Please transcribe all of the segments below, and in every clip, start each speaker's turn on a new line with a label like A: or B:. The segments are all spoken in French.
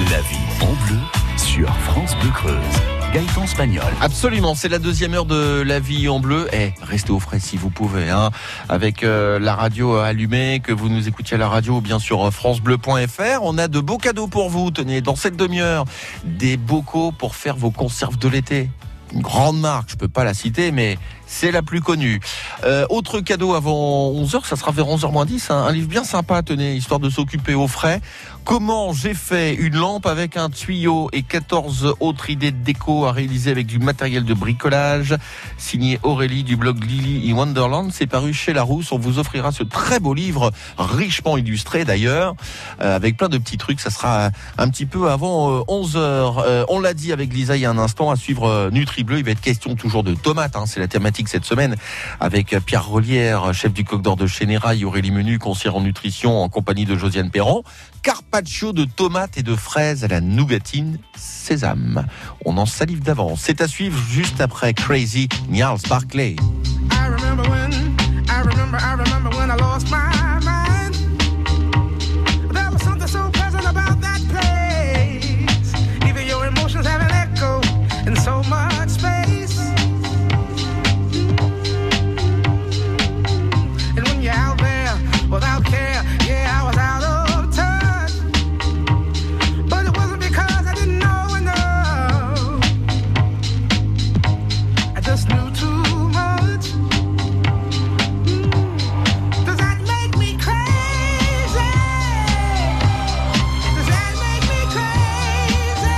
A: La vie en bleu sur France Bleu Creuse. Gaëtan Spagnol.
B: Absolument, c'est la deuxième heure de La vie en bleu. Restez au frais si vous pouvez, avec la radio allumée, que vous nous écoutiez à la radio ou bien sur francebleu.fr. On a de beaux cadeaux pour vous. Tenez, dans cette demi-heure, des bocaux pour faire vos conserves de l'été. Une grande marque, je peux pas la citer, mais c'est la plus connue. Autre cadeau avant 11h, ça sera vers 11h-10, un livre bien sympa, tenez, histoire de s'occuper au frais. Comment j'ai fait une lampe avec un tuyau et 14 autres idées de déco à réaliser avec du matériel de bricolage. Signé Aurélie du blog Lily in Wonderland. C'est paru chez Larousse. On vous offrira ce très beau livre, richement illustré d'ailleurs, avec plein de petits trucs. Ça sera un petit peu avant 11h. On l'a dit avec Lisa il y a un instant, à suivre NutriBleu. Il va être question toujours de tomates. C'est la thématique cette semaine avec Pierre Rollière, chef du Coq d'Or de Chénérail, Aurélie Menu, conseillère en nutrition en compagnie de Josiane Perron. Carpaccio de tomates et de fraises à la nougatine sésame. On en salive d'avance. C'est à suivre juste après Crazy, Gnarls Barkley.
C: I remember when I lost my mind. There was something so pleasant about that place. Even your emotions have an echo in so much space. And when you're out there without care, yeah, I was out of knew too much. Does that make me crazy? Does that make me crazy?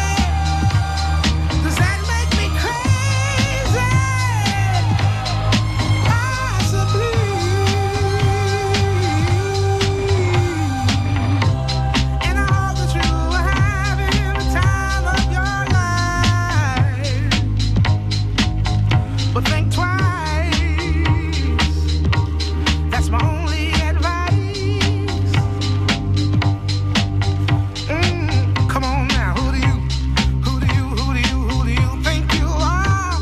C: Does that make me crazy? Possibly. And I hope that you are having the time of your life. But think twice, that's my only advice. Come on now, who do you think you are?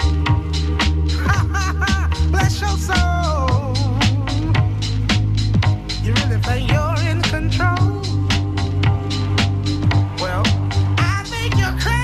C: Bless your soul. You really think you're in control? Well, I think you're crazy.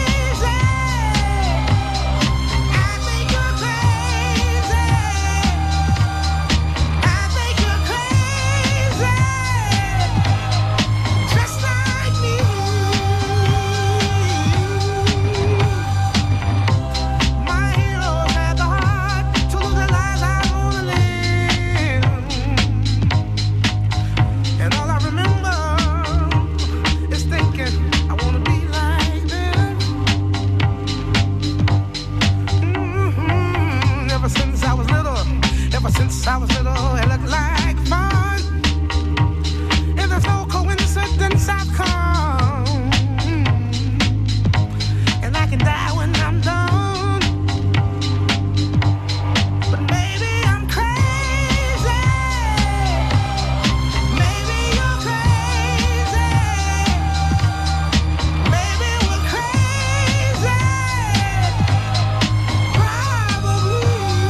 C: I was little, it looked like fun. If there's no coincidence, I've come. And I can die when I'm done. But maybe I'm crazy. Maybe you're crazy. Maybe we're crazy. Probably.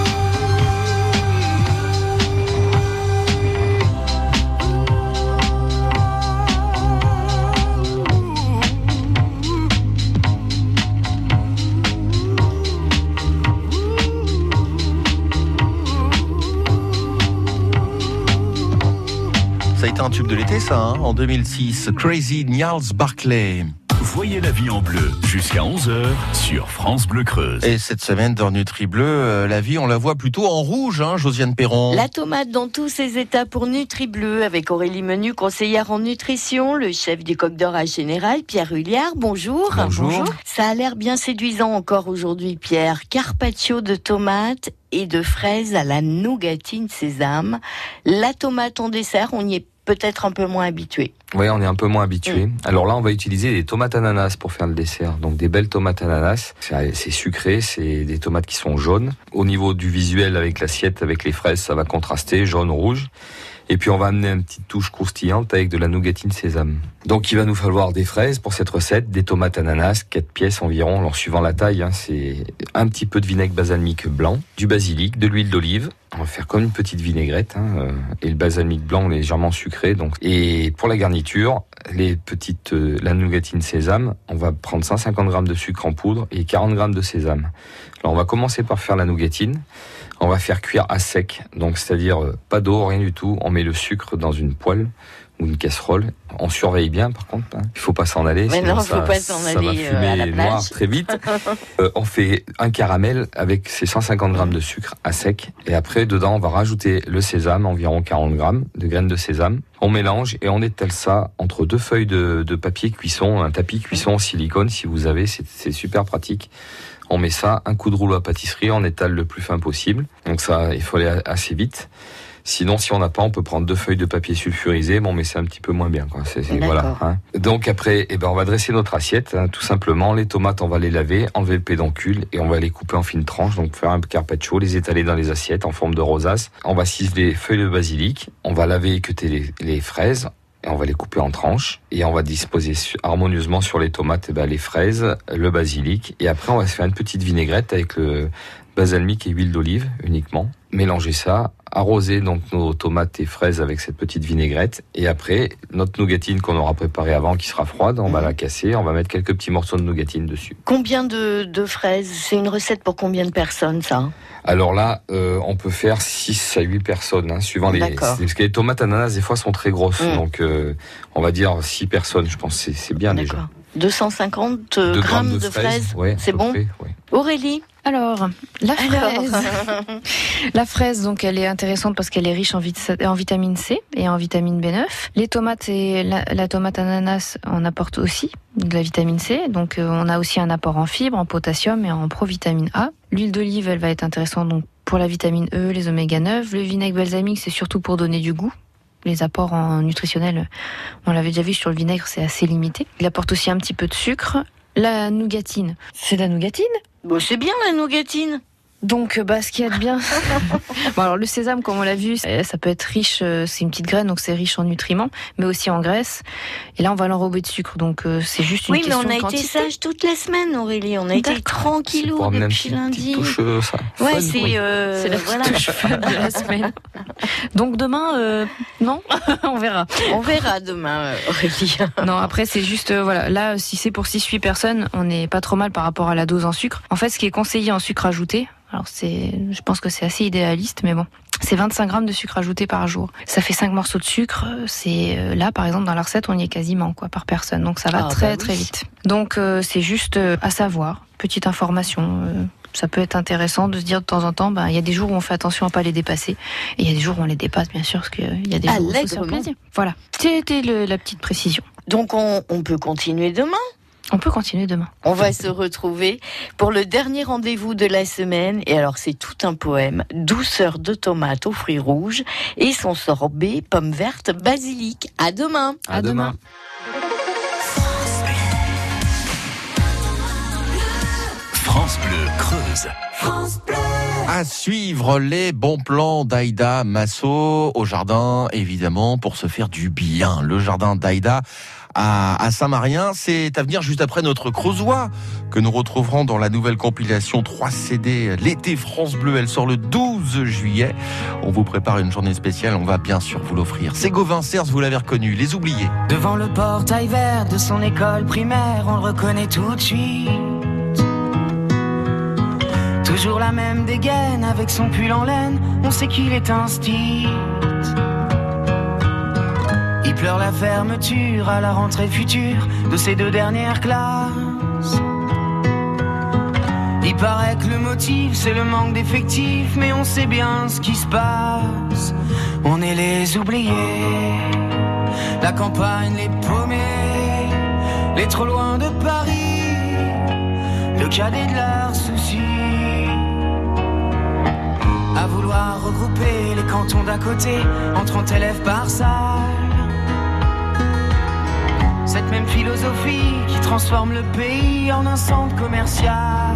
B: Ça a été un tube de l'été, ça, en 2006. Crazy, Gnarls Barkley.
A: Voyez la vie en bleu jusqu'à 11h sur France Bleu Creuse.
B: Et cette semaine dans NutriBleu, la vie, on la voit plutôt en rouge, Josiane Perron.
D: La tomate dans tous ses états pour NutriBleu, avec Aurélie Menu, conseillère en nutrition, le chef du Coq d'Or à Chénérail, Pierre Rollière. Bonjour.
B: Bonjour.
D: Ça a l'air bien séduisant encore aujourd'hui, Pierre. Carpaccio de tomates et de fraises à la nougatine sésame. La tomate en dessert, on y est peut-être un peu moins habitué.
E: Oui, on est un peu moins habitué. Alors là, on va utiliser des tomates ananas pour faire le dessert. Donc des belles tomates ananas. C'est sucré, c'est des tomates qui sont jaunes. Au niveau du visuel avec l'assiette, avec les fraises, ça va contraster, jaune, rouge. Et puis on va amener une petite touche croustillante avec de la nougatine sésame. Donc il va nous falloir des fraises pour cette recette, des tomates ananas, 4 pièces environ, alors suivant la taille, c'est un petit peu de vinaigre balsamique blanc, du basilic, de l'huile d'olive. On va faire comme une petite vinaigrette, et le balsamique blanc légèrement sucré. Donc. Et pour la garniture, la nougatine sésame, on va prendre 150 grammes de sucre en poudre et 40 grammes de sésame. Alors on va commencer par faire la nougatine. On va faire cuire à sec, donc c'est-à-dire pas d'eau, rien du tout. On met le sucre dans une poêle ou une casserole. On surveille bien, par contre. Il faut pas s'en aller.
D: Mais non,
E: ça,
D: faut pas s'en aller
E: ça va
D: à la
E: fumer
D: plage.
E: noir très vite. On fait un caramel avec ces 150 grammes de sucre à sec. Et après, dedans, on va rajouter le sésame, environ 40 grammes de graines de sésame. On mélange et on étale ça entre 2 feuilles de papier cuisson, un tapis cuisson en silicone, si vous avez, c'est super pratique. On met ça, un coup de rouleau à pâtisserie, on étale le plus fin possible. Donc ça, il faut aller assez vite. Sinon, si on n'a pas, on peut prendre 2 feuilles de papier sulfurisé, mais c'est un petit peu moins bien, quoi. Voilà, hein. Donc après, on va dresser notre assiette, hein, tout simplement. Les tomates, on va les laver, enlever le pédoncule et on va les couper en fines tranches. Donc faire un carpaccio, les étaler dans les assiettes en forme de rosace. On va ciseler feuilles de basilic, on va laver et équeuter les fraises. Et on va les couper en tranches et on va disposer harmonieusement sur les tomates les fraises, le basilic et après on va se faire une petite vinaigrette avec le balsamique et huile d'olive uniquement. Mélanger ça, arroser donc nos tomates et fraises avec cette petite vinaigrette et après notre nougatine qu'on aura préparée avant qui sera froide, on va la casser, on va mettre quelques petits morceaux de nougatine dessus.
D: Combien de fraises? C'est une recette pour combien de personnes, ça?
E: Alors là, on peut faire 6 à 8 personnes, hein, suivant parce que les tomates ananas, des fois, sont très grosses. Donc, on va dire 6 personnes, je pense que c'est bien déjà.
D: 250 grammes de fraises,
E: ouais,
D: c'est bon
E: près, ouais.
D: Aurélie?
F: Alors, la fraise, donc elle est intéressante parce qu'elle est riche en vitamine C et en vitamine B9. Les tomates et la tomate ananas en apportent aussi de la vitamine C. Donc on a aussi un apport en fibres, en potassium et en provitamine A. L'huile d'olive, elle va être intéressante donc pour la vitamine E, les oméga 9. Le vinaigre balsamique, c'est surtout pour donner du goût. Les apports nutritionnels, on l'avait déjà vu sur le vinaigre, c'est assez limité. Il apporte aussi un petit peu de sucre. La nougatine, c'est de la nougatine.
D: Bon, c'est bien la nougatine.
F: Donc, ce qu'il y a de bien. Bon, alors le sésame, comme on l'a vu, ça peut être riche. C'est une petite graine, donc c'est riche en nutriments, mais aussi en graisse. Et là, on va l'enrober de sucre, donc c'est juste une question de quantité.
D: Oui, mais on a été sage toute la semaine, Aurélie. On a été tranquillou depuis lundi.
E: Touche, ça.
D: Ouais,
F: c'est la touche fun de la semaine. Donc demain, non, on verra.
D: On verra demain, Aurélie.
F: Non, après c'est juste, là, si c'est pour 6-8 personnes, on n'est pas trop mal par rapport à la dose en sucre. En fait, ce qui est conseillé en sucre ajouté, alors je pense que c'est assez idéaliste, mais bon, c'est 25 grammes de sucre ajouté par jour. Ça fait 5 morceaux de sucre. C'est là, par exemple, dans la recette, on y est quasiment par personne. Donc ça va très vite. Donc c'est juste à savoir. Petite information. Ça peut être intéressant de se dire de temps en temps, il y a des jours où on fait attention à pas les dépasser, et il y a des jours où on les dépasse, bien sûr, parce qu'il y a des jours où il faut se faire plaisir. Voilà. C'était la petite précision.
D: Donc on peut continuer demain.
F: On peut continuer demain.
D: On va se retrouver pour le dernier rendez-vous de la semaine. Et alors, c'est tout un poème. Douceur de tomate aux fruits rouges et son sorbet, pommes vertes, basilic. À demain.
E: À demain.
A: France Bleu Creuse. France Bleu.
B: À suivre les bons plans d'Aïda Massot au jardin, évidemment, pour se faire du bien. Le jardin d'Aïda à Saint-Marien, c'est à venir juste après notre Creusois, que nous retrouverons dans la nouvelle compilation 3 CD L'été France Bleu. Elle sort le 12 juillet. On vous prépare une journée spéciale, on va bien sûr vous l'offrir. C'est Gauvin Cers, vous l'avez reconnu, Les Oubliés.
G: Devant le portail vert de son école primaire, on le reconnaît tout de suite. Toujours la même dégaine avec son pull en laine, on sait qu'il est un stit. Il pleure la fermeture à la rentrée future de ses 2 dernières classes. Il paraît que le motif c'est le manque d'effectifs, mais on sait bien ce qui se passe. On est les oubliés, la campagne, les paumés, les trop loin de Paris, le cadet de leurs soucis. À vouloir regrouper les cantons d'à côté en 30 élèves par salle. Cette même philosophie qui transforme le pays en un centre commercial.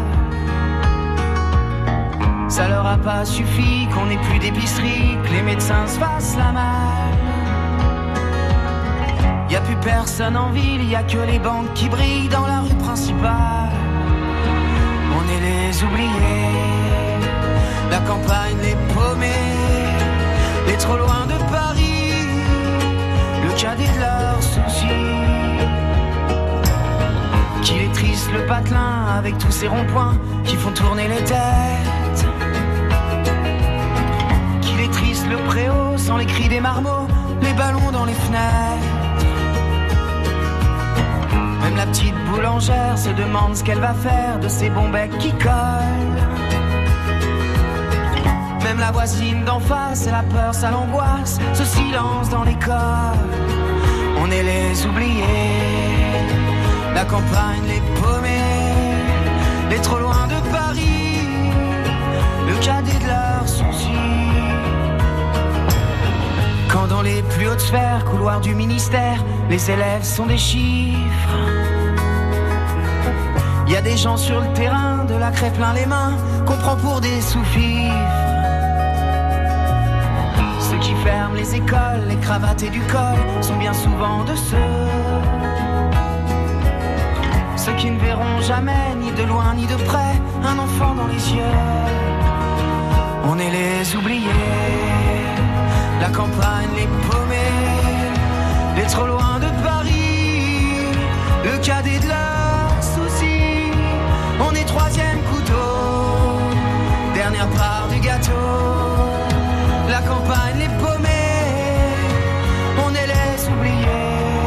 G: Ça leur a pas suffi qu'on ait plus d'épicerie, que les médecins se fassent la malle. Y a plus personne en ville, y a que les banques qui brillent dans la rue principale. On est les oubliés, la campagne, les paumés, les trop loin de Paris, le cadet de leurs soucis. patelins avec tous ces ronds-points qui font tourner les têtes, qui étrissent le préau sans les cris des marmots, les ballons dans les fenêtres. Même la petite boulangère se demande ce qu'elle va faire de ces bons becs qui collent. Même la voisine d'en face, elle a peur, ça l'angoisse, ce silence dans l'école. On est les oubliés, la campagne, les paumés, les trop loin de Paris, le cadet de leurs soucis. Quand dans les plus hautes sphères, couloirs du ministère, les élèves sont des chiffres. Y a des gens sur le terrain, de la craie plein les mains, qu'on prend pour des sous-fifres. Ceux qui ferment les écoles, les cravates et du col, sont bien souvent de ceux qui ne verront jamais, ni de loin ni de près, un enfant dans les yeux. On est les oubliés, la campagne, les paumés, les trop loin de Paris, le cadet de leurs soucis. On est troisième couteau, dernière part du gâteau. La campagne, les paumés, on est les oubliés.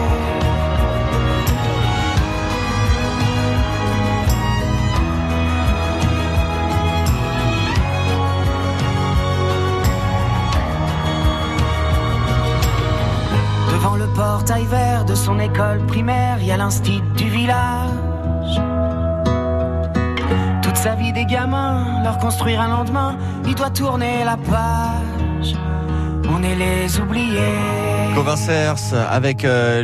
G: Devant le portail vert de son école primaire, il y a l'instit du village. Toute sa vie des gamins, leur construire un lendemain, il doit tourner la page. On est les oubliés.
B: Gauvin Cers avec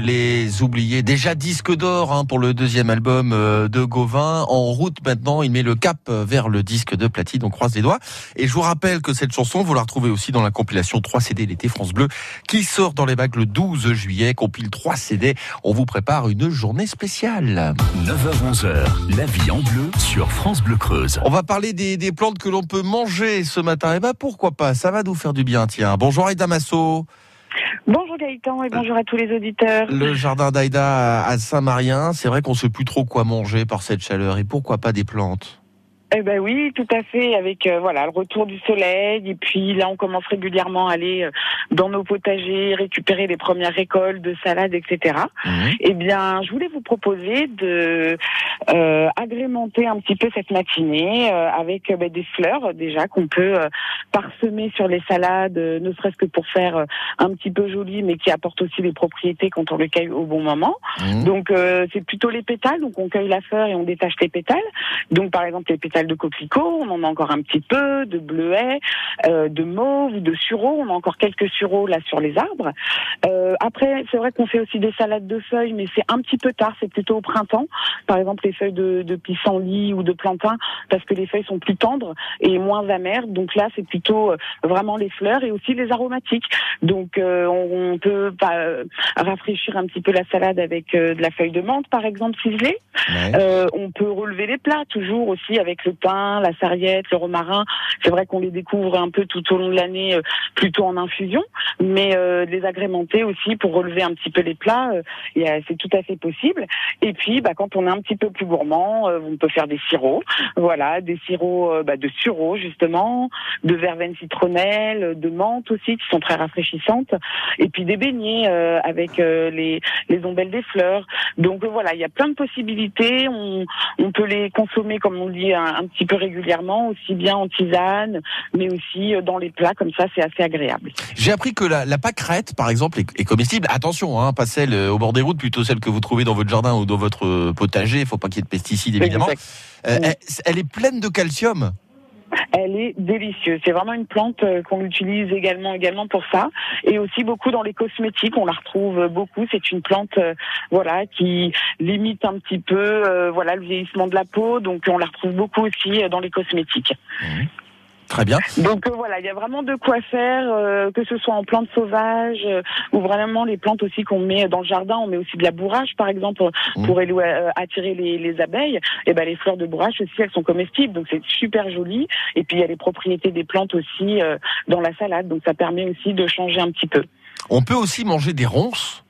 B: les oubliés. Déjà disque d'or pour le deuxième album de Gauvin. En route maintenant, il met le cap vers le disque de platine. On croise les doigts. Et je vous rappelle que cette chanson, vous la retrouvez aussi dans la compilation 3 CD l'été France Bleu qui sort dans les bacs le 12 juillet. Compile 3 CD. On vous prépare une journée spéciale.
A: 9h-11h, la vie en bleu sur France Bleu Creuse.
B: On va parler des plantes que l'on peut manger ce matin. Et pourquoi pas, ça va nous faire du bien. Tiens, bonjour Aïda Masso.
H: Bonjour Gaëtan et bonjour à tous les auditeurs.
B: Le jardin d'Aïda à Saint-Marien, c'est vrai qu'on ne sait plus trop quoi manger par cette chaleur. Et pourquoi pas des plantes ?
H: Eh ben oui, tout à fait, avec le retour du soleil, et puis là on commence régulièrement à aller dans nos potagers, récupérer les premières récoltes de salades, etc. Eh bien, je voulais vous proposer de agrémenter un petit peu cette matinée avec des fleurs déjà qu'on peut parsemer sur les salades, ne serait-ce que pour faire un petit peu joli, mais qui apporte aussi des propriétés quand on le cueille au bon moment. Donc c'est plutôt les pétales, donc on cueille la fleur et on détache les pétales. Donc par exemple les pétales de coquelicot, on en a encore un petit peu, de bleuet, de mauve, de sureau, on a encore quelques sureaux là sur les arbres. Après, c'est vrai qu'on fait aussi des salades de feuilles, mais c'est un petit peu tard, c'est plutôt au printemps. Par exemple, les feuilles de pissenlit ou de plantain, parce que les feuilles sont plus tendres et moins amères. Donc là, c'est plutôt vraiment les fleurs et aussi les aromatiques. Donc on peut rafraîchir un petit peu la salade avec de la feuille de menthe, par exemple, ciselée. Ouais. On peut relever les plats, toujours aussi avec le thym, la sarriette, le romarin. C'est vrai qu'on les découvre un peu tout au long de l'année, plutôt en infusion, mais les agrémenter aussi pour relever un petit peu les plats, c'est tout à fait possible. Et puis, quand on est un petit peu plus gourmand, on peut faire des sirops. Voilà, des sirops de sureau justement, de verveine citronnelle, de menthe aussi, qui sont très rafraîchissantes. Et puis des beignets avec les ombelles des fleurs. Donc voilà, il y a plein de possibilités. On peut les consommer, comme on dit, un petit peu régulièrement, aussi bien en tisane, mais aussi dans les plats, comme ça, c'est assez agréable.
B: J'ai appris que la pâquerette, par exemple, est comestible. Attention, pas celle au bord des routes, plutôt celle que vous trouvez dans votre jardin ou dans votre potager. Il ne faut pas qu'il y ait de pesticides, évidemment. Elle est pleine de calcium.
H: Elle est délicieuse. C'est vraiment une plante qu'on utilise également pour ça, et aussi beaucoup dans les cosmétiques. On la retrouve beaucoup. C'est une plante, qui limite un petit peu, le vieillissement de la peau. Donc on la retrouve beaucoup aussi dans les cosmétiques.
B: Très bien.
H: Donc il y a vraiment de quoi faire, que ce soit en plantes sauvages ou vraiment les plantes aussi qu'on met dans le jardin. On met aussi de la bourrache, par exemple, pour attirer les abeilles. Et les fleurs de bourrache aussi, elles sont comestibles, donc c'est super joli. Et puis il y a les propriétés des plantes aussi dans la salade, donc ça permet aussi de changer un petit peu.
B: On peut aussi manger des ronces.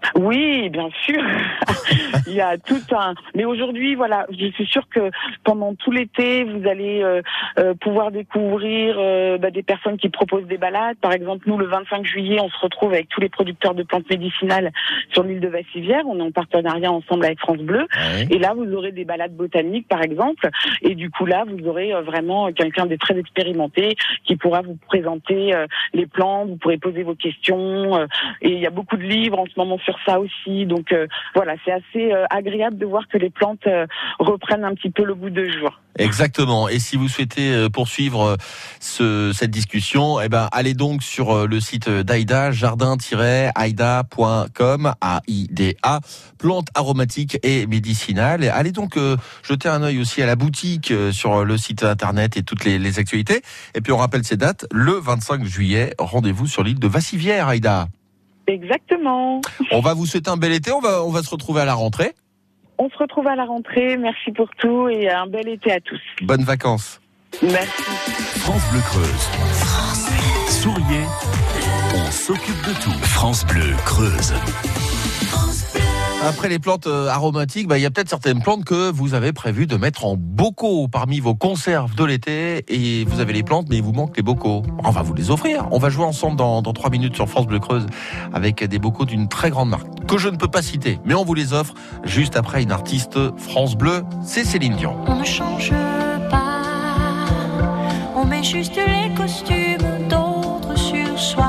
H: Oui, bien sûr. Il y a tout un. Mais aujourd'hui, voilà, je suis sûre que pendant tout l'été, vous allez pouvoir découvrir des personnes qui proposent des balades. Par exemple, nous, le 25 juillet, on se retrouve avec tous les producteurs de plantes médicinales sur l'île de Vassivière. On est en partenariat ensemble avec France Bleu.
B: Ouais.
H: Et là, vous aurez des balades botaniques, par exemple. Et du coup, là, vous aurez vraiment quelqu'un de très expérimenté qui pourra vous présenter les plantes. Vous pourrez poser vos questions. Et il y a beaucoup de livres en ce moment sur ça aussi. Donc voilà, c'est assez agréable de voir que les plantes reprennent un petit peu le goût de jour.
B: Exactement. Et si vous souhaitez poursuivre cette discussion, allez donc sur le site d'Aïda, jardin-aïda.com, AIDA, plantes aromatiques et médicinales. Et allez donc jeter un œil aussi à la boutique sur le site internet et toutes les actualités. Et puis on rappelle ces dates, le 25 juillet, rendez-vous sur l'île de Vassivière, Aïda.
H: Exactement.
B: On va vous souhaiter un bel été, on va se retrouver à la rentrée.
H: On se retrouve à la rentrée. Merci pour tout et un bel été à tous.
B: Bonnes vacances.
H: Merci.
A: France Bleu Creuse. Souriez, on s'occupe de tout. France Bleu Creuse.
B: Après les plantes aromatiques, il y a peut-être certaines plantes que vous avez prévu de mettre en bocaux parmi vos conserves de l'été. Et vous avez les plantes, mais il vous manque les bocaux. On va vous les offrir. On va jouer ensemble dans 3 minutes sur France Bleu Creuse avec des bocaux d'une très grande marque que je ne peux pas citer. Mais on vous les offre juste après une artiste France Bleu, c'est Céline Dion.
I: On ne change pas, on met juste les costumes d'autres sur soi.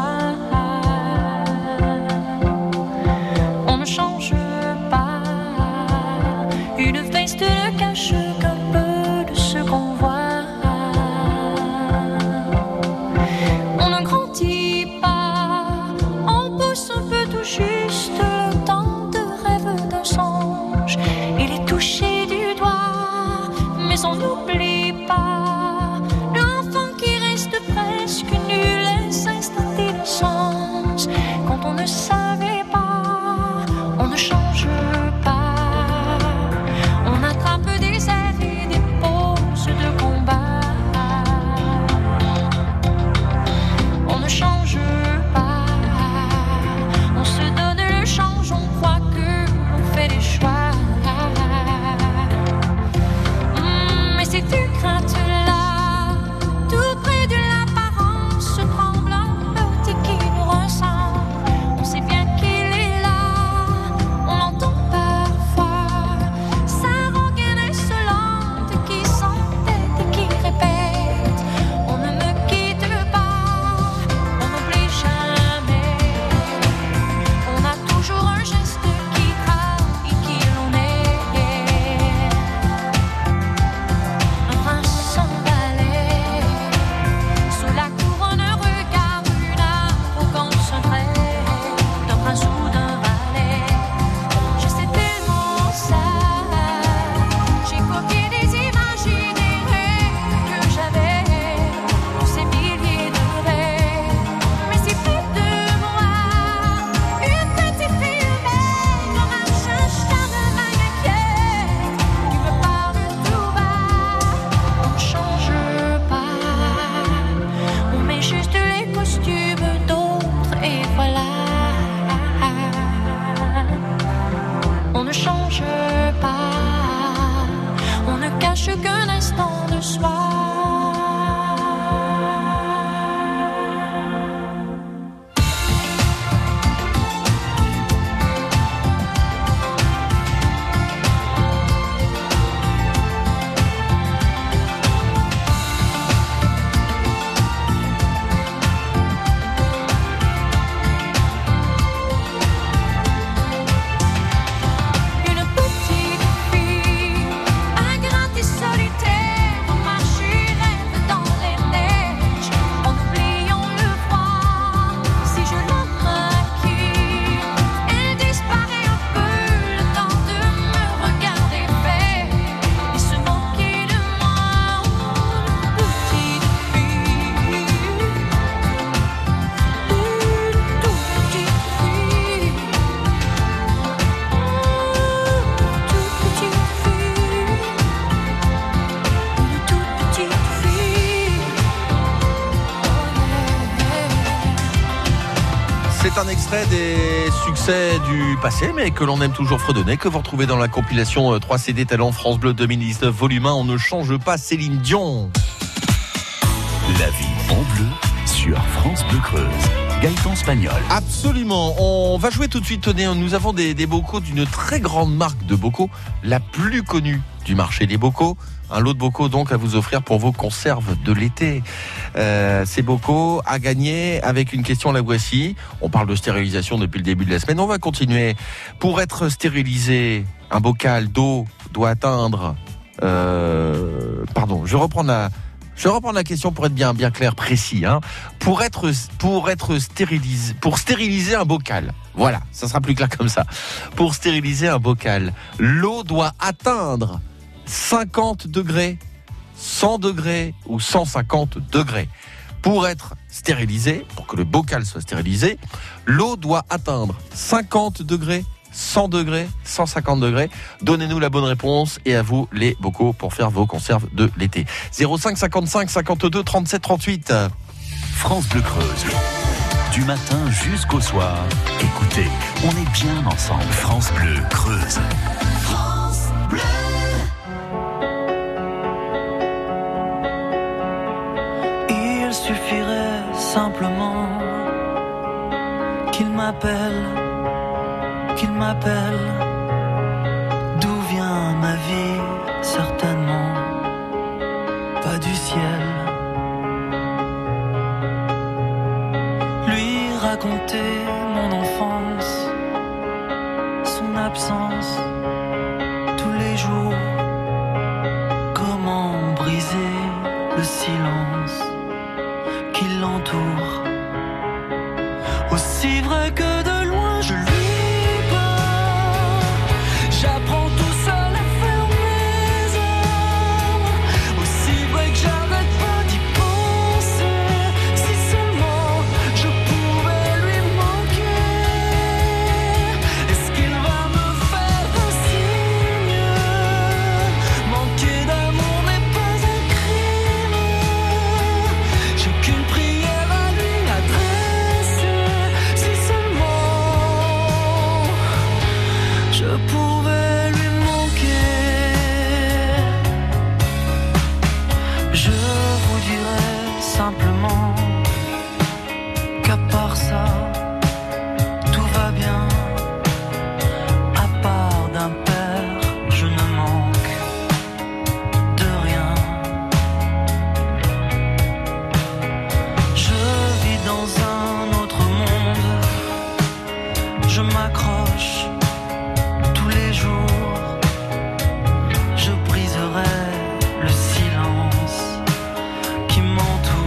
I: On ne change pas, une veste ne cache qu'un peu de ce qu'on voit. On ne grandit pas, on pousse un peu tout juste le temps de rêve d'un songe. Il est touché du doigt, mais on n'oublie pas l'enfant qui reste presque nul et s'installe d'innocence. Quand on ne savait pas, on ne change pas. On attrape des airs et des poses de combat. On ne change pas. On se donne le change, on croit que on fait des choix. Mais ces craintes-là, tout près de l'apparence tremblante qui nous ressemble. On sait bien qu'il est là, on l'entend
B: extrait des succès du passé, mais que l'on aime toujours fredonner, que vous retrouvez dans la compilation 3 CD Talent France Bleu 2019 volume 1. On ne change pas, Céline Dion.
A: La vie en bleu sur France Bleu Creuse. Gaëtan Spagnol.
B: Absolument. On va jouer tout de suite. Tenez, nous avons des bocaux d'une très grande marque de bocaux, la plus connue du marché des bocaux. Un lot de bocaux donc à vous offrir pour vos conserves de l'été. Ces bocaux à gagner avec une question, la voici. On parle de stérilisation depuis le début de la semaine. On va continuer. Pour être stérilisé, un bocal d'eau doit atteindre... je reprends la question pour être bien clair, précis. Pour stériliser un bocal. Voilà, ça sera plus clair comme ça. Pour stériliser un bocal, l'eau doit atteindre 50 degrés, 100 degrés ou 150 degrés. Pour être stérilisé, pour que le bocal soit stérilisé, l'eau doit atteindre 50 degrés, 100 degrés, 150 degrés. Donnez-nous la bonne réponse et à vous les bocaux pour faire vos conserves de l'été. 05 55 52 37 38.
A: France Bleu Creuse. Du matin jusqu'au soir, écoutez, on est bien ensemble. France Bleu Creuse. France Bleu.
G: Il suffirait simplement qu'il m'appelle. D'où vient ma vie? Certainement pas du ciel. Lui raconter mon enfance, son absence tous les jours. Comment briser le silence qui l'entoure? Aussi vrai que de loin je lui j'apprends tout seul à fermer mes armes. Aussi vrai que j'arrête pas d'y penser. Si seulement je pouvais lui manquer. Est-ce qu'il va me faire un signe? Manquer d'amour n'est pas un crime. J'ai qu'une prière à lui adresser. Si seulement je pouvais. Simplement qu'à part ça, tout va bien. À part d'un père, je ne manque de rien. Je vis dans un autre monde. Je m'accroche tous les jours. Je briserai le silence qui m'entoure.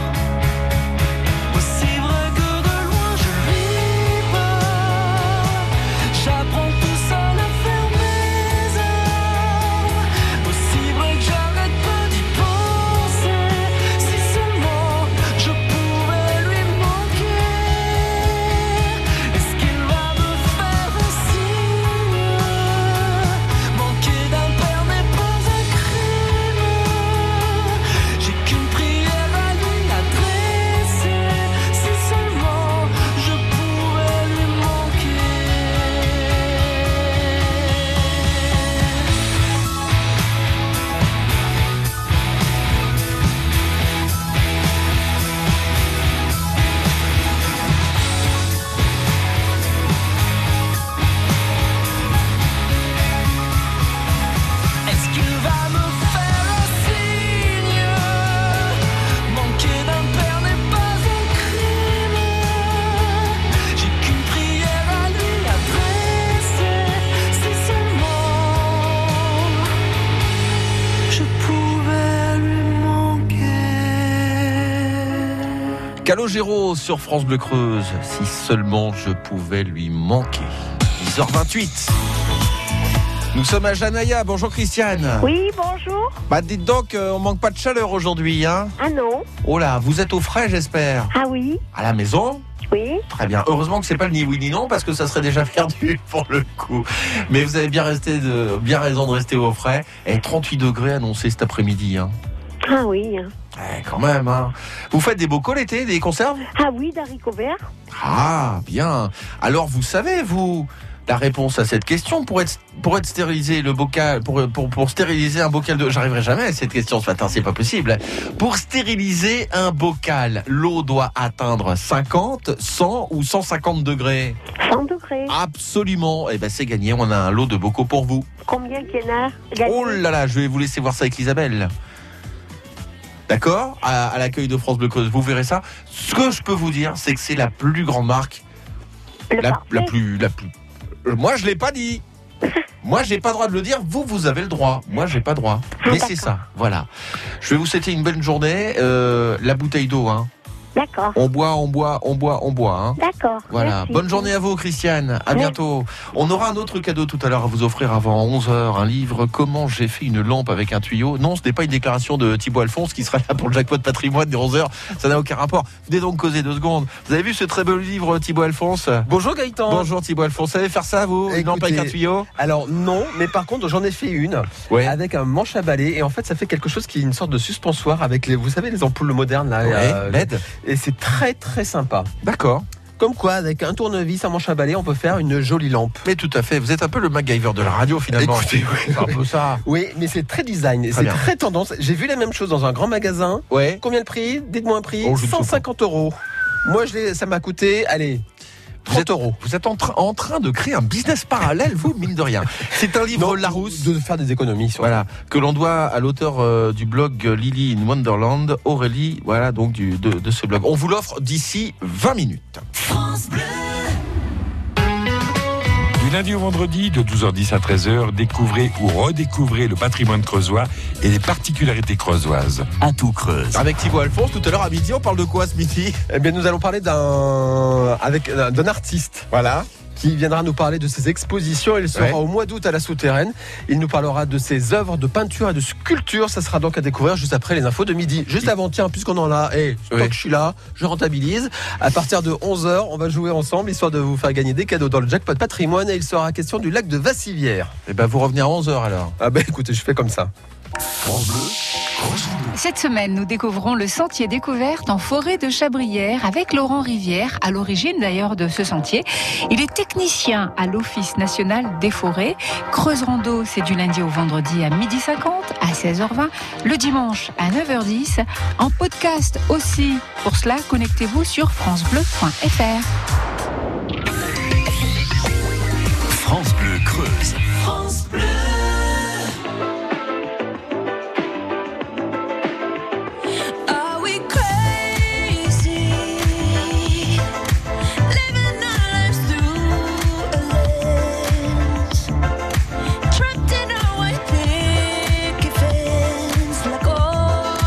B: Calogero sur France Bleu Creuse. Si seulement je pouvais lui manquer. 10h28. Nous sommes à Janaïa. Bonjour Christiane.
J: Oui, bonjour.
B: Dites donc, on manque pas de chaleur aujourd'hui, hein?
J: Ah non.
B: Oh là, vous êtes au frais, j'espère.
J: Ah oui.
B: À la maison?
J: Oui.
B: Très bien. Heureusement que c'est pas le ni oui ni non, parce que ça serait déjà perdu pour le coup. Mais vous avez bien raison de rester au frais. Et 38 degrés annoncés cet après-midi, hein.
J: Ah oui.
B: Quand même, hein. Vous faites des bocaux l'été, des conserves?
J: Ah oui, d'haricots verts.
B: Ah, bien. Alors, vous savez, la réponse à cette question pour être stérilisé le bocal, pour stériliser un bocal de... J'arriverai jamais à cette question ce matin, c'est pas possible. Pour stériliser un bocal, l'eau doit atteindre 50, 100 ou 150 degrés?
J: 100 degrés.
B: Absolument. Eh ben, c'est gagné. On a un lot de bocaux pour vous.
J: Combien qu'il y en a gagné?
B: Oh là là, je vais vous laisser voir ça avec Isabelle. D'accord? À l'accueil de France Bleu Creuse, vous verrez ça. Ce que je peux vous dire, c'est que c'est la plus grande marque. La plus. Moi, je l'ai pas dit. Moi, j'ai pas le droit de le dire. Vous avez le droit. Moi, j'ai pas le droit. Mais c'est ça. Voilà. Je vais vous souhaiter une belle journée. La bouteille d'eau, hein.
J: D'accord.
B: On boit, hein.
J: D'accord.
B: Voilà.
J: Merci.
B: Bonne journée à vous, Christiane. À bientôt. On aura un autre cadeau tout à l'heure à vous offrir avant 11h. Un livre, Comment j'ai fait une lampe avec un tuyau. Non, ce n'est pas une déclaration de Thibaut Alphonse qui sera là pour le jackpot patrimoine des 11h. Ça n'a aucun rapport. Venez donc causer 2 secondes. Vous avez vu ce très beau livre, Thibaut Alphonse?
K: Bonjour Gaëtan.
B: Bonjour Thibaut Alphonse. Vous savez faire ça, vous? Une lampe avec un tuyau?
K: Alors non, mais par contre j'en ai fait une avec un manche à balai et en fait ça fait quelque chose qui est une sorte de suspensoir avec vous savez les ampoules modernes là,
B: LED.
K: Et c'est très très sympa.
B: D'accord.
K: Comme quoi, avec un tournevis, un manche à balai, on peut faire une jolie lampe.
B: Mais tout à fait. Vous êtes un peu le MacGyver de la radio finalement.
K: Écoutez,
B: c'est un peu ça.
K: Oui, mais c'est très design, c'est très tendance. J'ai vu la même chose dans un grand magasin.
B: Ouais.
K: Combien le prix? Dites-moi un prix. 150 €. Moi, ça m'a coûté, allez, 30 €.
B: Vous êtes en train de créer un business parallèle, vous, mine de rien. C'est un livre Larousse.
K: De faire des économies.
B: Voilà. Que l'on doit à l'auteur du blog Lily in Wonderland, Aurélie, voilà, donc de ce blog. On vous l'offre d'ici 20 minutes.
L: France Bleu. Du lundi au vendredi, de 12h10 à 13h, découvrez ou redécouvrez le patrimoine creusois et les particularités creusoises.
A: À tout Creuse.
B: Avec Thibaut Alphonse, tout à l'heure à midi, on parle de quoi ce midi?
K: Eh bien, nous allons parler d'un artiste. Voilà. Qui viendra nous parler de ses expositions. Il sera au mois d'août à la Souterraine. Il nous parlera de ses œuvres de peinture et de sculpture. Ça sera donc à découvrir juste après les infos de midi. Juste avant, tiens, puisqu'on en a, tant que je suis là, je rentabilise. À partir de 11h, on va jouer ensemble, histoire de vous faire gagner des cadeaux dans le jackpot patrimoine. Et il sera question du lac de Vassivière.
B: Eh ben, vous revenez à 11h alors.
K: Ah ben, écoutez, je fais comme ça.
B: France Bleu.
M: Cette semaine, nous découvrons le sentier découverte en forêt de Chabrières avec Laurent Rivière, à l'origine d'ailleurs de ce sentier. Il est technicien à l'Office national des forêts. Creuse Rando, c'est du lundi au vendredi à 12h50, à 16h20, le dimanche à 9h10. En podcast aussi. Pour cela, connectez-vous sur francebleu.fr.
A: France Bleu Creuse.
L: France Bleu.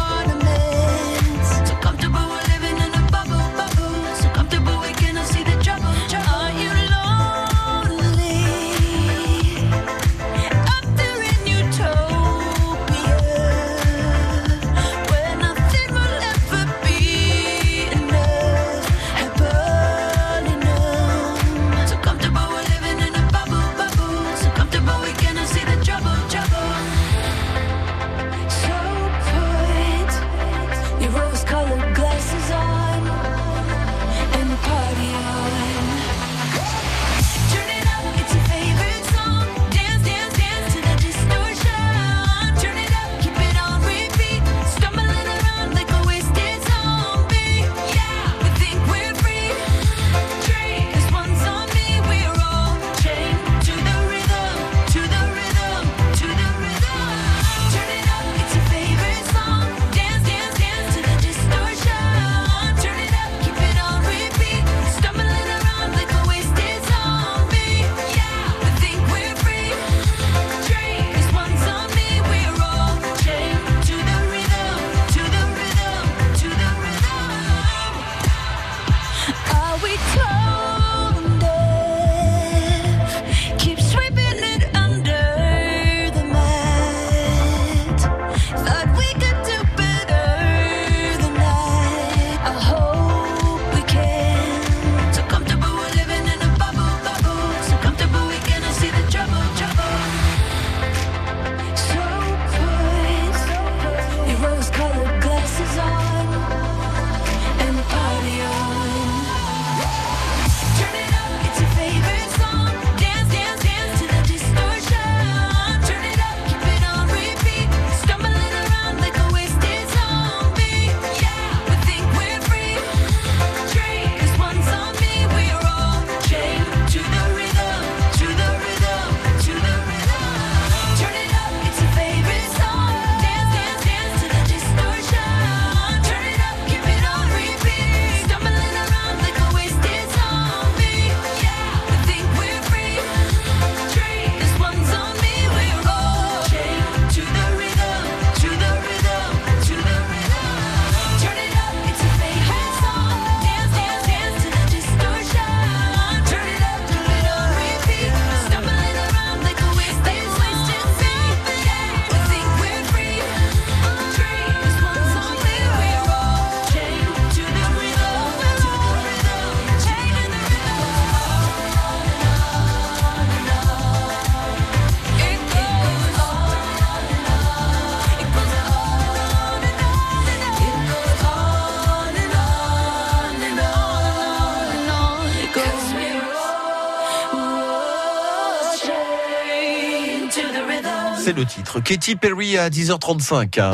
I: So comfortable, we're living in a bubble. So comfortable, we cannot see the
B: C'est le titre. Katy Perry à 10h35.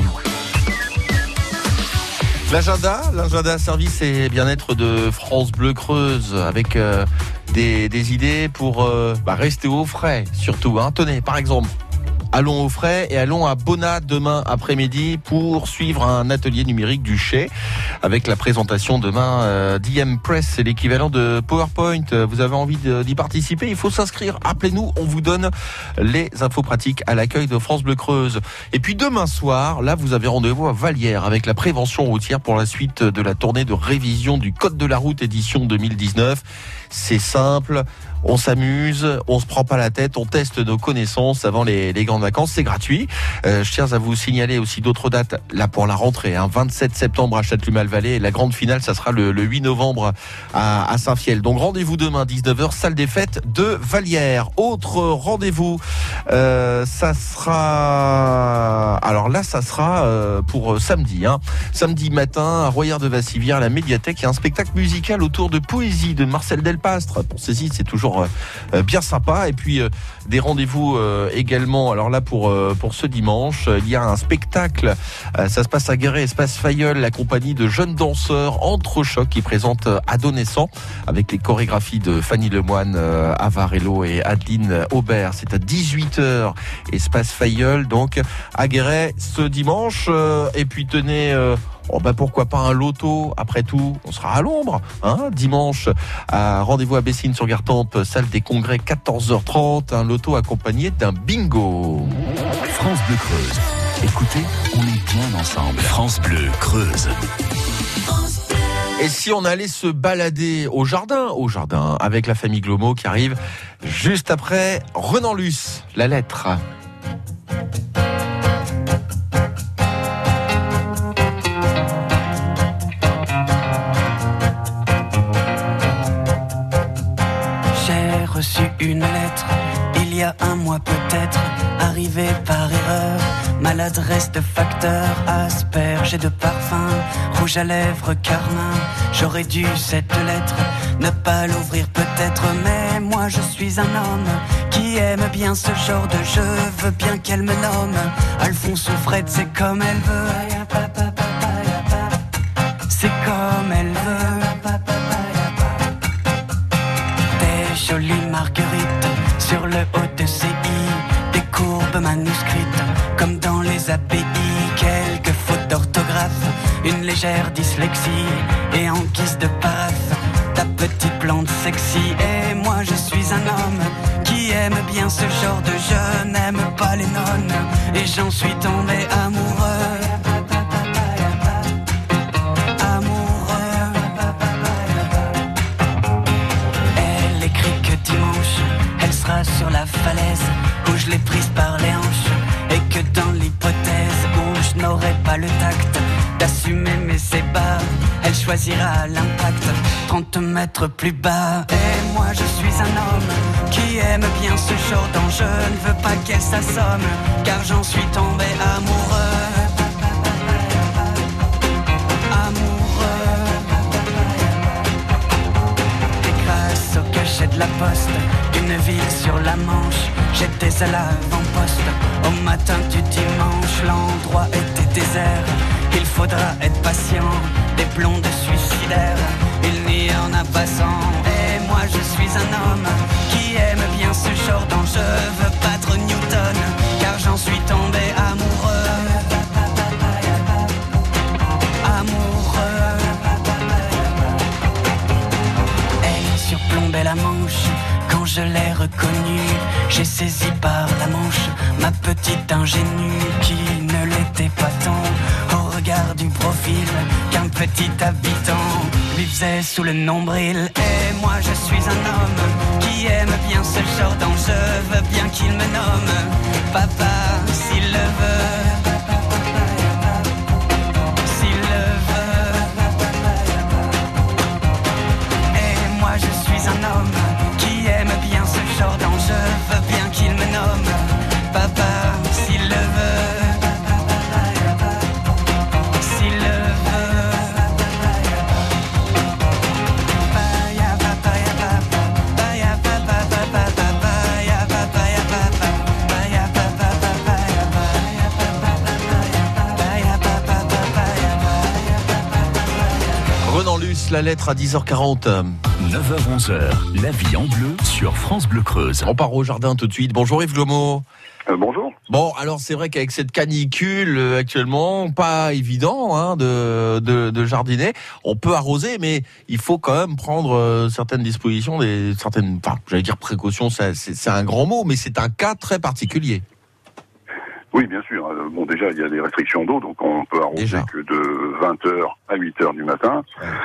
B: L'agenda service et bien-être de France Bleu Creuse avec des idées pour rester au frais surtout. Tenez, par exemple, allons au frais et allons à Bonnat demain après-midi pour suivre un atelier numérique du Chez avec la présentation demain d'IM Press, c'est l'équivalent de PowerPoint. Vous avez envie d'y participer, il faut s'inscrire. Appelez-nous, on vous donne les infos pratiques à l'accueil de France Bleu Creuse. Et puis demain soir, là vous avez rendez-vous à Vallières avec la prévention routière pour la suite de la tournée de révision du Code de la route édition 2019. C'est simple, on s'amuse, on se prend pas la tête, on teste nos connaissances avant les grandes vacances, c'est gratuit. Je tiens à vous signaler aussi d'autres dates là pour la rentrée, 27 septembre à Châtelumal-Vallée et la grande finale ça sera le 8 novembre à Saint-Fiel. Donc rendez-vous demain 19h, salle des fêtes de Vallières. Autre rendez-vous, ça sera pour samedi. Samedi matin à Royère-de-Vassivière, la médiathèque, il y a un spectacle musical autour de poésie de Marcel Delpastre. Pour saisir, c'est toujours bien sympa. Et puis des rendez-vous également. Alors là pour ce dimanche, il y a un spectacle. Ça se passe à Guéret, Espace Failleul, la compagnie de jeunes danseurs Entrechoc qui présente Adolescent avec les chorégraphies de Fanny Lemoine, Avarello et Adeline Aubert. C'est à 18h, Espace Failleul, donc à Guéret ce dimanche. Et puis tenez, pourquoi pas un loto, après tout, on sera à l'ombre, dimanche, rendez-vous à Bessines-sur-Gartempe, salle des congrès, 14h30, un loto accompagné d'un bingo.
A: France Bleu Creuse. Écoutez, on est bien ensemble. France Bleu Creuse.
B: Et si on allait se balader au jardin, avec la famille Glomo qui arrive juste après Renan Luce, la lettre.
G: Reçu une lettre, il y a un mois peut-être, arrivée par erreur, maladresse de facteur, asperge et de parfum, rouge à lèvres, carmin, j'aurais dû cette lettre, ne pas l'ouvrir peut-être, mais moi je suis un homme qui aime bien ce genre de jeu, veux bien qu'elle me nomme, Alphonse ou Fred, c'est comme elle veut, c'est comme elle veut. Jolie marguerite sur le haut de ses i, des courbes manuscrites comme dans les API, quelques fautes d'orthographe, une légère dyslexie et en guise de paraphe, ta petite plante sexy. Et moi je suis un homme qui aime bien ce genre de jeu, n'aime pas les nonnes et j'en suis tombé amoureux. Sur la falaise où je l'ai prise par les hanches, et que dans l'hypothèse où je n'aurai pas le tact d'assumer mes ébats, elle choisira l'impact 30 mètres plus bas. Et moi je suis un homme qui aime bien ce genre d'enjeu, ne veux pas qu'elle s'assomme car j'en suis tombé amoureux. De la poste, une ville sur la Manche, j'étais à l'avant-poste. Au matin du dimanche, l'endroit était désert. Il faudra être patient, des blondes suicidaires, il n'y en a pas 100. Et moi je suis un homme qui aime bien ce genre d'enjeu, veux battre Newton, car j'en suis tombé amoureux. Surplombait la Manche, quand je l'ai reconnue, j'ai saisi par la manche ma petite ingénue qui ne l'était pas tant au regard du profil qu'un petit habitant lui faisait sous le nombril. Et moi je suis un homme qui aime bien ce genre d'enjeu, veux bien qu'il me nomme papa s'il le veut. Un homme qui aime bien ce genre d'enjeu, veux bien qu'il me nomme papa s'il le veut. S'il le veut.
B: passe la lettre à 10h40.
A: 9h-11h, la vie en bleu sur France Bleu Creuse.
B: On part au jardin tout de suite. Bonjour Yves Glomo.
N: Bonjour.
B: Bon, alors c'est vrai qu'avec cette canicule actuellement, pas évident de jardiner. On peut arroser, mais il faut quand même prendre certaines dispositions, j'allais dire précautions, c'est un grand mot, mais c'est un cas très particulier.
N: Oui, bien sûr. Bon, déjà, il y a des restrictions d'eau, donc on peut arroser que de 20h à 8h du matin.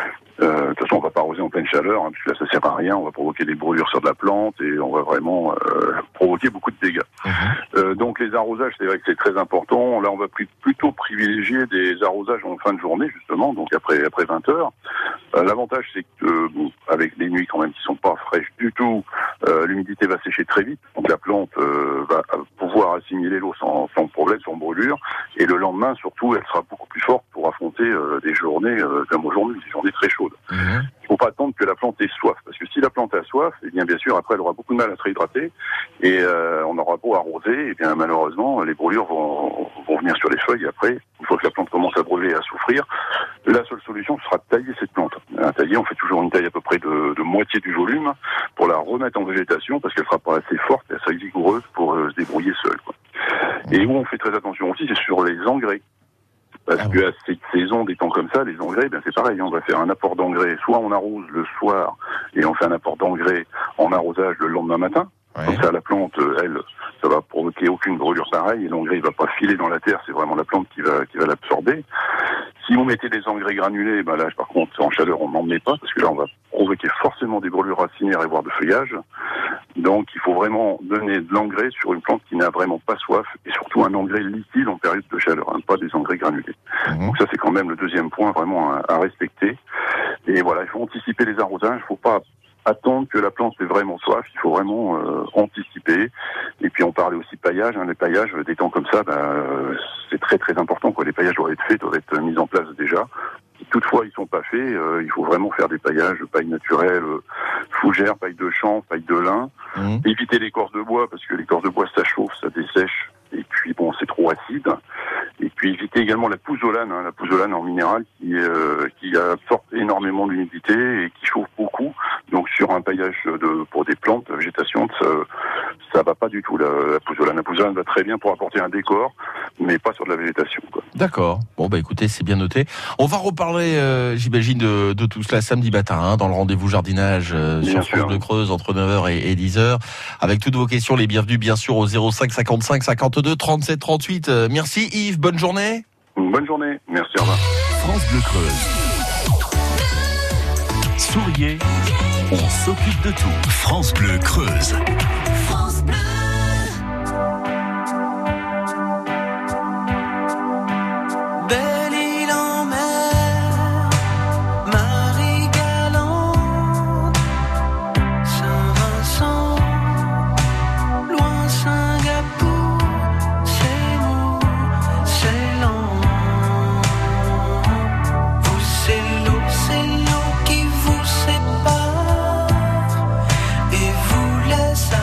N: De toute façon, on va pas arroser en pleine chaleur, parce que là, ça sert à rien. On va provoquer des brûlures sur de la plante et on va vraiment provoquer beaucoup de dégâts. Donc, les arrosages, c'est vrai que c'est très important. Là, on va plutôt privilégier des arrosages en fin de journée, justement, donc après 20h. L'avantage, c'est que, avec les nuits quand même qui sont pas fraîches du tout, l'humidité va sécher très vite. Donc, la plante va pouvoir assimiler l'eau sans problème, sans brûlure. Et le lendemain, surtout, elle sera beaucoup plus forte pour affronter des journées, comme aujourd'hui, des journées très chaudes. Il ne faut pas attendre que la plante ait soif, parce que si la plante a soif, eh bien sûr après elle aura beaucoup de mal à se réhydrater et on aura beau arroser, et bien malheureusement les brûlures vont venir sur les feuilles. Et après, une fois que la plante commence à brûler et à souffrir, la seule solution ce sera de tailler cette plante. À tailler, on fait toujours une taille à peu près de moitié du volume pour la remettre en végétation, parce qu'elle sera pas assez forte et assez vigoureuse pour se débrouiller seule, quoi. Et où on fait très attention aussi, c'est sur les engrais. Parce que à cette saison, des temps comme ça, les engrais, c'est pareil, on va faire un apport d'engrais. Soit on arrose le soir et on fait un apport d'engrais en arrosage le lendemain matin. Comme ça, la plante, elle, ça va provoquer aucune brûlure pareille et l'engrais, il va pas filer dans la terre, c'est vraiment la plante qui va l'absorber. Si vous mettez des engrais granulés, là, par contre, en chaleur, on n'en met pas, parce que là, on va provoquer forcément des brûlures racinaires et voire de feuillage. Donc, il faut vraiment donner de l'engrais sur une plante qui n'a vraiment pas soif, et surtout un engrais liquide en période de chaleur, pas des engrais granulés. Donc ça, c'est quand même le deuxième point vraiment à respecter. Et voilà, il faut anticiper les arrosages, il faut pas attendre que la plante ait vraiment soif, il faut vraiment anticiper. Et puis on parlait aussi paillage, les paillages des temps comme ça, c'est très très important, quoi. Les paillages doivent être faits, doivent être mis en place déjà. Si toutefois ils sont pas faits, il faut vraiment faire des paillages, paille naturelle, fougère, paille de champ, paille de lin. Éviter l'écorce de bois, parce que l'écorce de bois ça chauffe, ça dessèche, et puis bon, c'est trop acide. Et puis éviter également la pouzzolane, la pouzzolane en minéral qui apporte énormément d'humidité et qui chauffe beaucoup. Donc sur un paillage pour des plantes, végétation, ça va pas du tout la pouzzolane. La pouzzolane va très bien pour apporter un décor, mais pas sur de la végétation, quoi.
B: D'accord. Bon écoutez, c'est bien noté. On va reparler, j'imagine, de tout cela samedi matin, dans le rendez-vous jardinage sur France Bleu Creuse entre 9h et 10h. Avec toutes vos questions, les bienvenus bien sûr au 05 55 52 37 38. Merci Yves, bonne journée.
N: Bonne journée, merci, au revoir.
A: France Bleu Creuse. Souriez, on s'occupe de tout. France Bleu Creuse. France Bleu.
G: Belle île en mer, Marie Galante, Saint-Vincent, loin Singapour, c'est mou, c'est lent. Vous, c'est l'eau qui vous sépare et vous laisse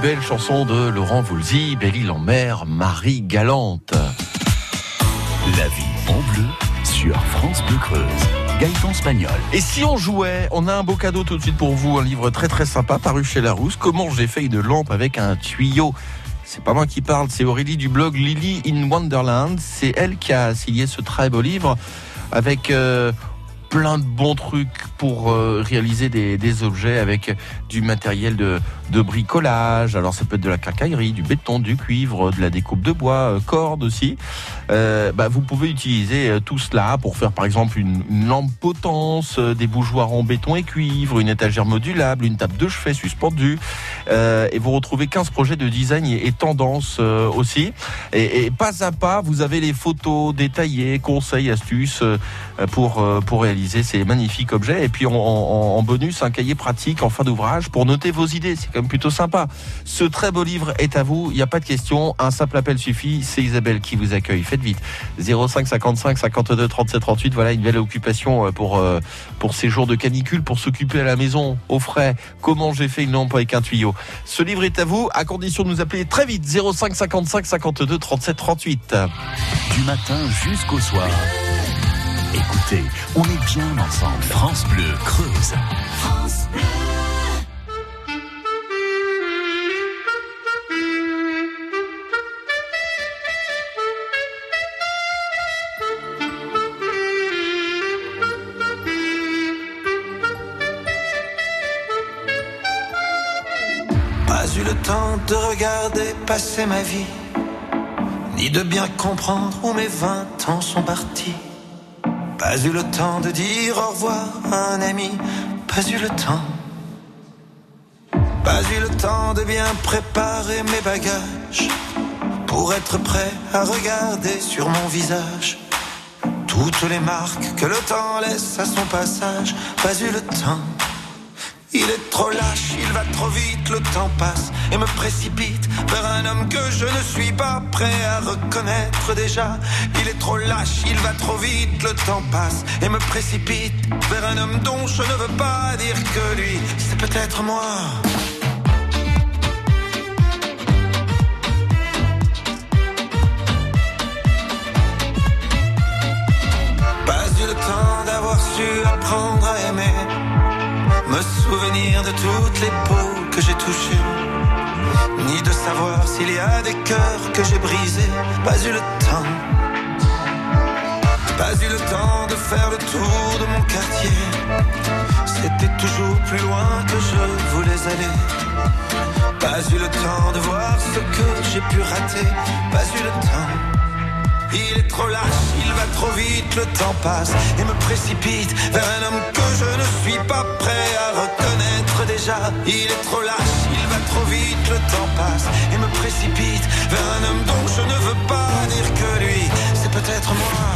B: belle chanson de Laurent Voulzy, Belle-Île en mer, Marie Galante.
A: La vie en bleu sur France Bleu Creuse. Gaëtan Spagnol.
B: Et si on jouait, on a un beau cadeau tout de suite pour vous, un livre très très sympa paru chez Larousse. Comment j'ai fait une lampe avec un tuyau. C'est pas moi qui parle, c'est Aurélie du blog Lily in Wonderland. C'est elle qui a signé ce très beau livre avec plein de bons trucs pour réaliser des objets avec du matériel de bricolage. Alors ça peut être de la quincaillerie, du béton, du cuivre, de la découpe de bois, cordes aussi. Vous pouvez utiliser tout cela pour faire par exemple une lampe potence, des bougeoirs en béton et cuivre, une étagère modulable, une table de chevet suspendue. Et vous retrouvez 15 projets de design et tendances aussi. Et pas à pas, vous avez les photos détaillées, conseils, astuces pour réaliser ces magnifiques objets. Et puis en bonus, un cahier pratique en fin d'ouvrage pour noter vos idées. C'est quand même plutôt sympa. Ce très beau livre est à vous, il n'y a pas de question. Un simple appel suffit, c'est Isabelle qui vous accueille. Faites vite. 05 55 52 37 38. Voilà une belle occupation pour ces jours de canicule, pour s'occuper à la maison, au frais. Comment j'ai fait une lampe avec un tuyau. Ce livre est à vous, à condition de nous appeler très vite. 05 55 52 37 38.
A: Du matin jusqu'au soir. Écoutez, on est bien ensemble. France Bleu Creuse. France Bleu.
O: Pas eu le temps de regarder passer ma vie, ni de bien comprendre où mes 20 ans sont partis. Pas eu le temps de dire au revoir à un ami, pas eu le temps. Pas eu le temps de bien préparer mes bagages, pour être prêt à regarder sur mon visage toutes les marques que le temps laisse à son passage. Pas eu le temps. Il est trop lâche, il va trop vite, le temps passe et me précipite vers un homme que je ne suis pas prêt à reconnaître déjà. Il est trop lâche, il va trop vite, le temps passe et me précipite vers un homme dont je ne veux pas dire que lui, c'est peut-être moi. Pas eu le temps d'avoir su apprendre à aimer, me souvenir de toutes les peaux que j'ai touchées, ni de savoir s'il y a des cœurs que j'ai brisés. Pas eu le temps. Pas eu le temps de faire le tour de mon quartier. C'était toujours plus loin que je voulais aller. Pas eu le temps de voir ce que j'ai pu rater. Pas eu le temps. Il est trop lâche, il va trop vite, le temps passe et me précipite vers un homme que je ne suis pas prêt à reconnaître déjà. Il est trop lâche, il va trop vite, le temps passe et me précipite vers un homme dont je ne veux pas dire que lui, c'est peut-être moi.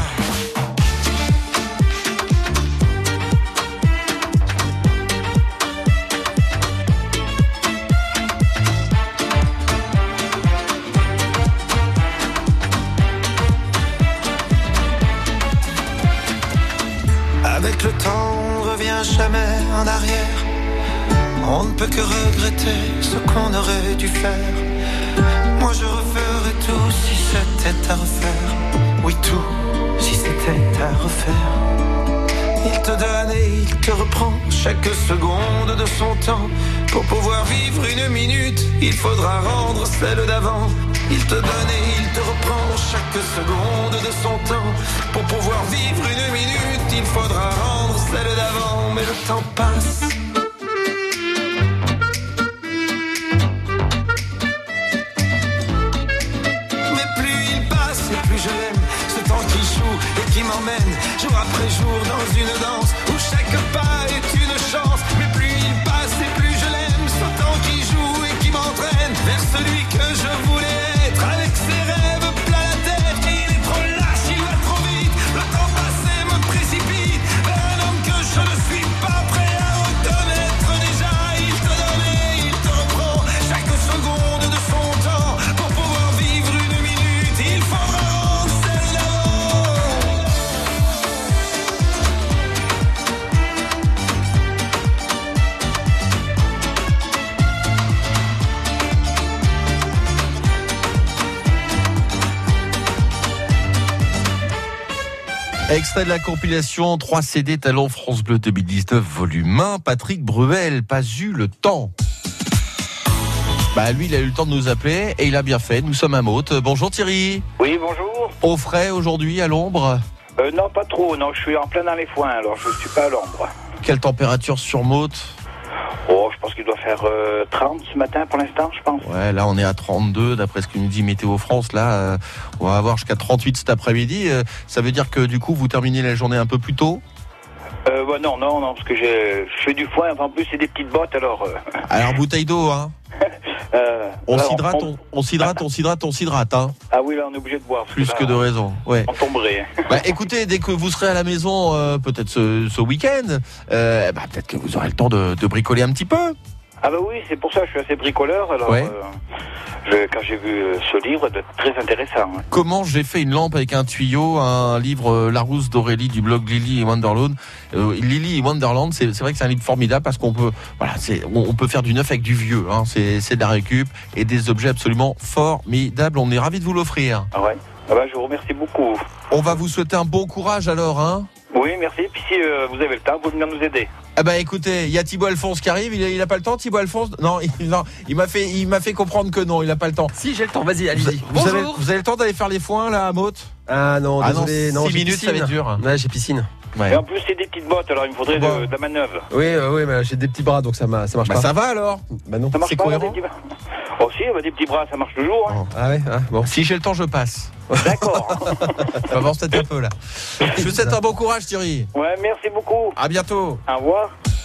O: Avec le temps, on revient jamais en arrière. On ne peut que regretter ce qu'on aurait dû faire. Moi je referais tout si c'était à refaire. Oui, tout si c'était à refaire. Il te donne et il te reprend chaque seconde de son temps. Pour pouvoir vivre une minute, il faudra rendre celle d'avant. Il te donne et il te reprend chaque seconde de son temps. Pour pouvoir vivre une minute, il faudra rendre celle d'avant. Mais le temps passe. Mais plus il passe et plus je l'aime. Ce temps qui joue et qui m'emmène jour après jour dans une danse où chaque pas est une chance. Mais plus il passe et plus je l'aime. Ce temps qui joue et qui m'entraîne vers celui que je voulais être. Avec ses rêves plein la tête. Il est trop lâche, il va trop vite. Le temps passé me précipite vers un homme que je ne suis pas prêt à reconnaître déjà. Il te donne et il te reprend chaque seconde de son temps. Pour pouvoir vivre une minute, il faudra rendre celle d'avant.
B: Extrait de la compilation 3 CD Talents France Bleu 2019 volume 1. Patrick Bruel, pas eu le temps. Lui, il a eu le temps de nous appeler et il a bien fait. Nous sommes à Motte. Bonjour Thierry.
P: Oui, bonjour.
B: Au frais aujourd'hui, à l'ombre?
P: Non, pas trop. Non, je suis en plein dans les foins, alors je ne suis pas à l'ombre.
B: Quelle température sur Motte?
P: Oh, je pense qu'il doit faire 30 ce matin pour l'instant, je pense.
B: Ouais, là on est à 32 d'après ce que nous dit Météo France. Là, on va avoir jusqu'à 38 cet après-midi. Ça veut dire que du coup, vous terminez la journée un peu plus tôt?
P: Non, parce que je fais du foin. Enfin, en plus, c'est des petites bottes, alors...
B: Alors, bouteille d'eau, hein. On s'hydrate, hein.
P: Ah oui, là, on est obligé de boire.
B: Plus que de raison, ouais.
P: On tomberait.
B: Écoutez, dès que vous serez à la maison, peut-être ce week-end, peut-être que vous aurez le temps de bricoler un petit peu.
P: Ah oui, c'est pour ça que je suis assez bricoleur. Alors,
B: ouais.
P: Quand j'ai vu ce livre, c'est très intéressant. Hein.
B: Comment j'ai fait une lampe avec un tuyau, un livre Larousse d'Aurélie du blog Lily et Wonderland. Lily et Wonderland, c'est vrai que c'est un livre formidable parce qu'on peut, on peut faire du neuf avec du vieux. Hein. C'est de la récup et des objets absolument formidables. On est ravis de vous l'offrir.
P: Ah ouais. Je vous remercie beaucoup.
B: On va vous souhaiter un bon courage alors, hein.
P: Oui, merci. Puis si vous avez le temps, vous venez nous aider.
B: Écoutez, il y a Thibaut Alphonse qui arrive. Il a pas le temps, Thibaut Alphonse? Non, il m'a fait comprendre que non, il a pas le temps.
K: Si, j'ai le temps. Vas-y, allez-y.
B: Vous avez le temps d'aller faire les foins là à Motte?
K: Ah non, désolé. Non,
B: 6 minutes, piscine. Ça va être dur.
K: Ouais, j'ai piscine.
P: Ouais. Et en plus, c'est des petites bottes, alors il me faudrait de la manœuvre.
K: Oui, mais j'ai des petits bras, donc ça marche pas.
B: Ça va alors?
K: Non.
P: Ça marche
B: c'est
P: pas,
B: cohérent.
P: Si, des petits bras, ça marche toujours. Hein.
K: Ah ouais, bon.
B: Si j'ai le temps, je passe.
P: D'accord.
B: Je avance peut-être un peu là. Je vous souhaite un bon courage, Thierry.
P: Ouais, merci beaucoup.
B: À bientôt.
P: Au revoir.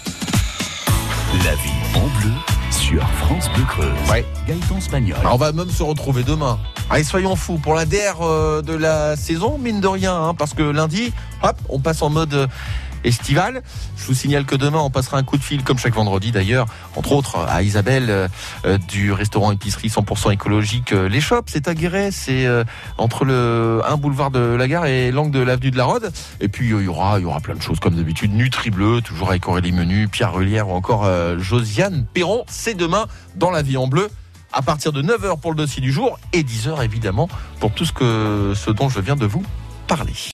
A: La vie en bleu sur France Bleu Creuse.
B: Ouais.
A: Gaëtan Spagnol.
B: On va même se retrouver demain. Allez, soyons fous pour la DR de la saison, mine de rien, hein, parce que lundi, hop, on passe en mode estival. Je vous signale que demain, on passera un coup de fil, comme chaque vendredi d'ailleurs, entre autres à Isabelle du restaurant épicerie 100% écologique Les Shops. C'est à Guéret, c'est entre un boulevard de la Gare et l'angle de l'avenue de la Rode. Et puis il y aura plein de choses comme d'habitude. Nutri Bleu, toujours avec Aurélie Menu, Pierre Relière ou encore Josiane Perron. C'est demain dans La Vie en Bleu, à partir de 9h pour le dossier du jour et 10h évidemment pour tout ce dont je viens de vous parler.